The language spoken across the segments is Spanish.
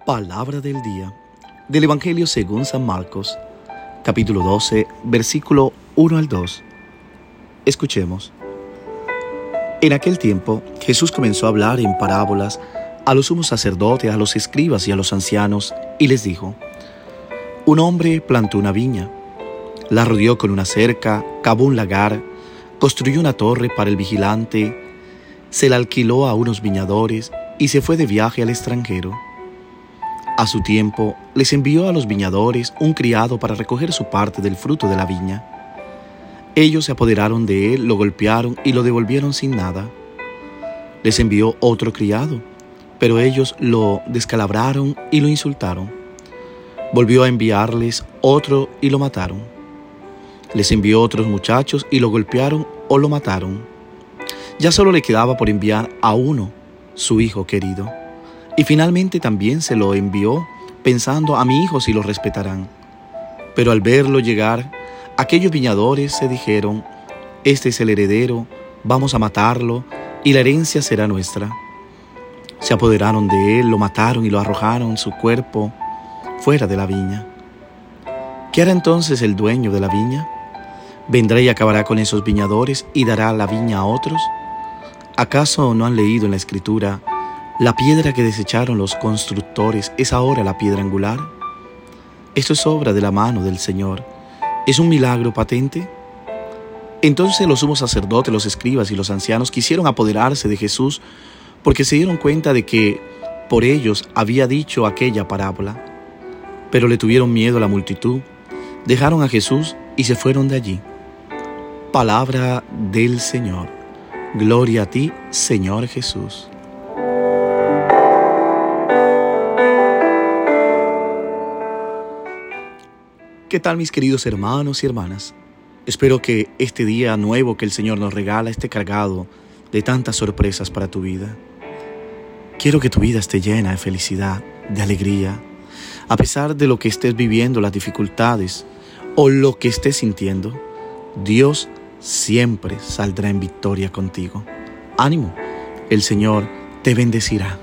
Palabra del día del Evangelio según San Marcos, capítulo 12, versículo 1 al 2. Escuchemos. En aquel tiempo, Jesús comenzó a hablar en parábolas a los sumos sacerdotes, a los escribas y a los ancianos, y les dijo: Un hombre plantó una viña, la rodeó con una cerca, cavó un lagar, construyó una torre para el vigilante, se la alquiló a unos viñadores y se fue de viaje al extranjero. A su tiempo, les envió a los viñadores un criado para recoger su parte del fruto de la viña. Ellos se apoderaron de él, lo golpearon y lo devolvieron sin nada. Les envió otro criado, pero ellos lo descalabraron y lo insultaron. Volvió a enviarles otro y lo mataron. Les envió otros muchachos y lo golpearon o lo mataron. Ya solo le quedaba por enviar a uno, su hijo querido. Y finalmente también se lo envió, pensando: a mi hijo sí lo respetarán. Pero al verlo llegar, aquellos viñadores se dijeron: Este es el heredero, vamos a matarlo, y la herencia será nuestra. Se apoderaron de él, lo mataron y lo arrojaron su cuerpo fuera de la viña. ¿Qué hará entonces el dueño de la viña? ¿Vendrá y acabará con esos viñadores y dará la viña a otros? ¿Acaso no han leído en la Escritura: la piedra que desecharon los constructores es ahora la piedra angular? Esto es obra de la mano del Señor. ¿Es un milagro patente? Entonces los sumos sacerdotes, los escribas y los ancianos quisieron apoderarse de Jesús porque se dieron cuenta de que por ellos había dicho aquella parábola. Pero le tuvieron miedo a la multitud, dejaron a Jesús y se fueron de allí. Palabra del Señor. Gloria a ti, Señor Jesús. ¿Qué tal, mis queridos hermanos y hermanas? Espero que este día nuevo que el Señor nos regala esté cargado de tantas sorpresas para tu vida. Quiero que tu vida esté llena de felicidad, de alegría, a pesar de lo que estés viviendo, las dificultades o lo que estés sintiendo. Dios siempre saldrá en victoria contigo. Ánimo, el Señor te bendecirá.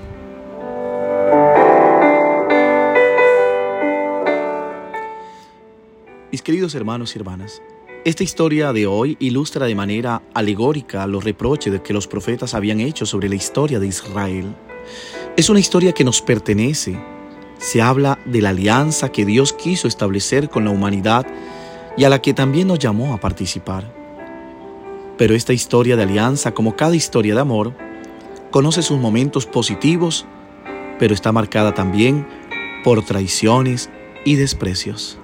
Mis queridos hermanos y hermanas, esta historia de hoy ilustra de manera alegórica los reproches que los profetas habían hecho sobre la historia de Israel. Es una historia que nos pertenece. Se habla de la alianza que Dios quiso establecer con la humanidad y a la que también nos llamó a participar. Pero esta historia de alianza, como cada historia de amor, conoce sus momentos positivos, pero está marcada también por traiciones y desprecios.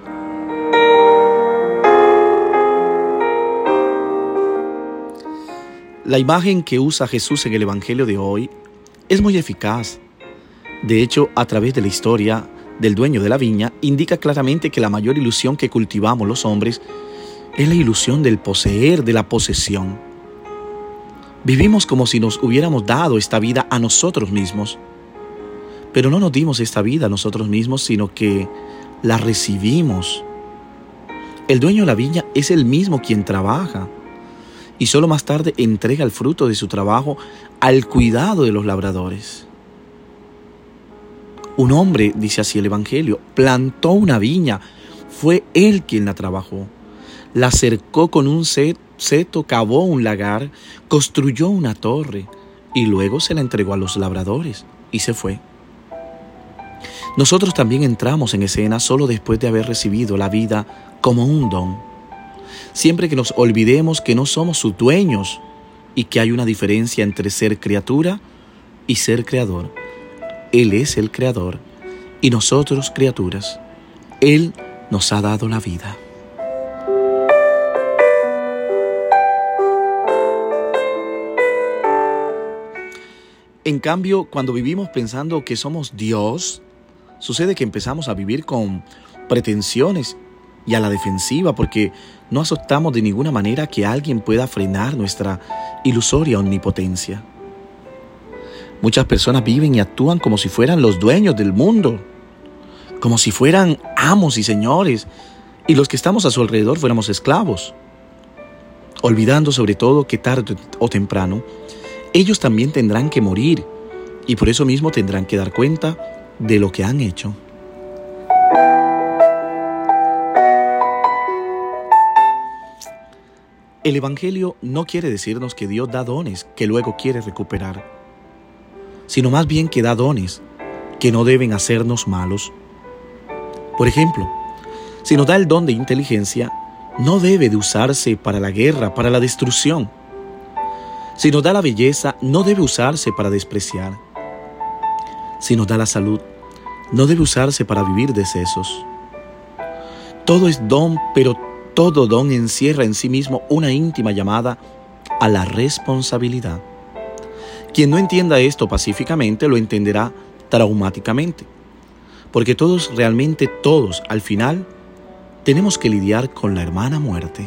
La imagen que usa Jesús en el Evangelio de hoy es muy eficaz. De hecho, a través de la historia del dueño de la viña, indica claramente que la mayor ilusión que cultivamos los hombres es la ilusión del poseer, de la posesión. Vivimos como si nos hubiéramos dado esta vida a nosotros mismos, pero no nos dimos esta vida a nosotros mismos, sino que la recibimos. El dueño de la viña es el mismo quien trabaja, y solo más tarde entrega el fruto de su trabajo al cuidado de los labradores. Un hombre, dice así el Evangelio, plantó una viña, fue él quien la trabajó, la cercó con un seto, cavó un lagar, construyó una torre y luego se la entregó a los labradores y se fue. Nosotros también entramos en escena solo después de haber recibido la vida como un don. Siempre que nos olvidemos que no somos sus dueños y que hay una diferencia entre ser criatura y ser creador. Él es el creador y nosotros criaturas. Él nos ha dado la vida. En cambio, cuando vivimos pensando que somos Dios, sucede que empezamos a vivir con pretensiones y a la defensiva porque no aceptamos de ninguna manera que alguien pueda frenar nuestra ilusoria omnipotencia. Muchas personas viven y actúan como si fueran los dueños del mundo, como si fueran amos y señores, y los que estamos a su alrededor fuéramos esclavos, olvidando sobre todo que tarde o temprano ellos también tendrán que morir y por eso mismo tendrán que dar cuenta de lo que han hecho. El Evangelio no quiere decirnos que Dios da dones que luego quiere recuperar, sino más bien que da dones que no deben hacernos malos. Por ejemplo, si nos da el don de inteligencia, no debe de usarse para la guerra, para la destrucción. Si nos da la belleza, no debe usarse para despreciar. Si nos da la salud, no debe usarse para vivir de excesos. Todo es don, pero todo don encierra en sí mismo una íntima llamada a la responsabilidad. Quien no entienda esto pacíficamente lo entenderá traumáticamente, porque todos, realmente todos, al final, tenemos que lidiar con la hermana muerte.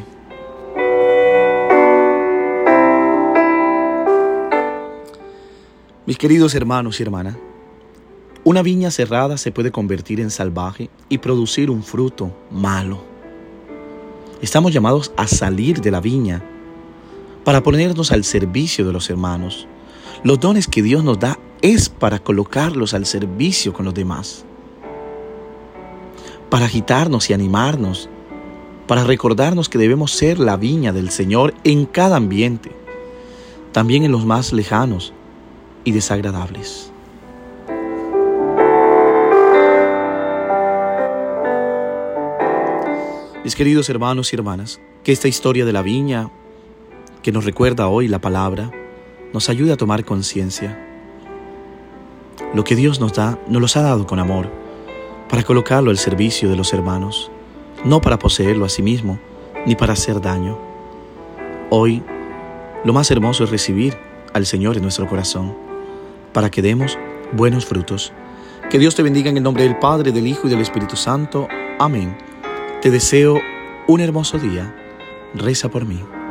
Mis queridos hermanos y hermanas, una viña cerrada se puede convertir en salvaje y producir un fruto malo. Estamos llamados a salir de la viña para ponernos al servicio de los hermanos. Los dones que Dios nos da es para colocarlos al servicio con los demás, para agitarnos y animarnos, para recordarnos que debemos ser la viña del Señor en cada ambiente, también en los más lejanos y desagradables. Mis queridos hermanos y hermanas, que esta historia de la viña, que nos recuerda hoy la palabra, nos ayude a tomar conciencia. Lo que Dios nos da, nos los ha dado con amor, para colocarlo al servicio de los hermanos, no para poseerlo a sí mismo, ni para hacer daño. Hoy, lo más hermoso es recibir al Señor en nuestro corazón, para que demos buenos frutos. Que Dios te bendiga en el nombre del Padre, del Hijo y del Espíritu Santo. Amén. Te deseo un hermoso día. Reza por mí.